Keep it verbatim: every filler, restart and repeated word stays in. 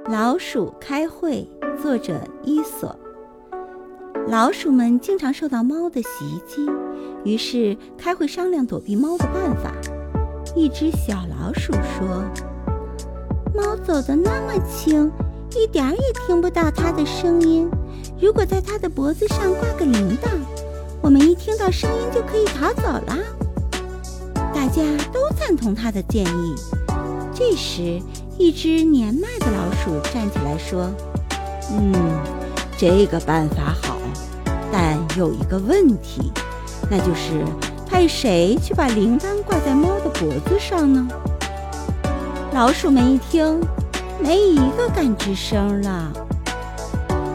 老鼠开会，作者伊索。老鼠们经常受到猫的袭击，于是开会商量躲避猫的办法。一只小老鼠说：猫走得那么轻，一点儿也听不到它的声音。如果在它的脖子上挂个铃铛，我们一听到声音就可以逃走啦。大家都赞同他的建议。这时，一只年迈的老鼠站起来说：嗯，这个办法好，但有一个问题，那就是派谁去把铃铛挂在猫的脖子上呢？老鼠们一听，没一个敢吱声了。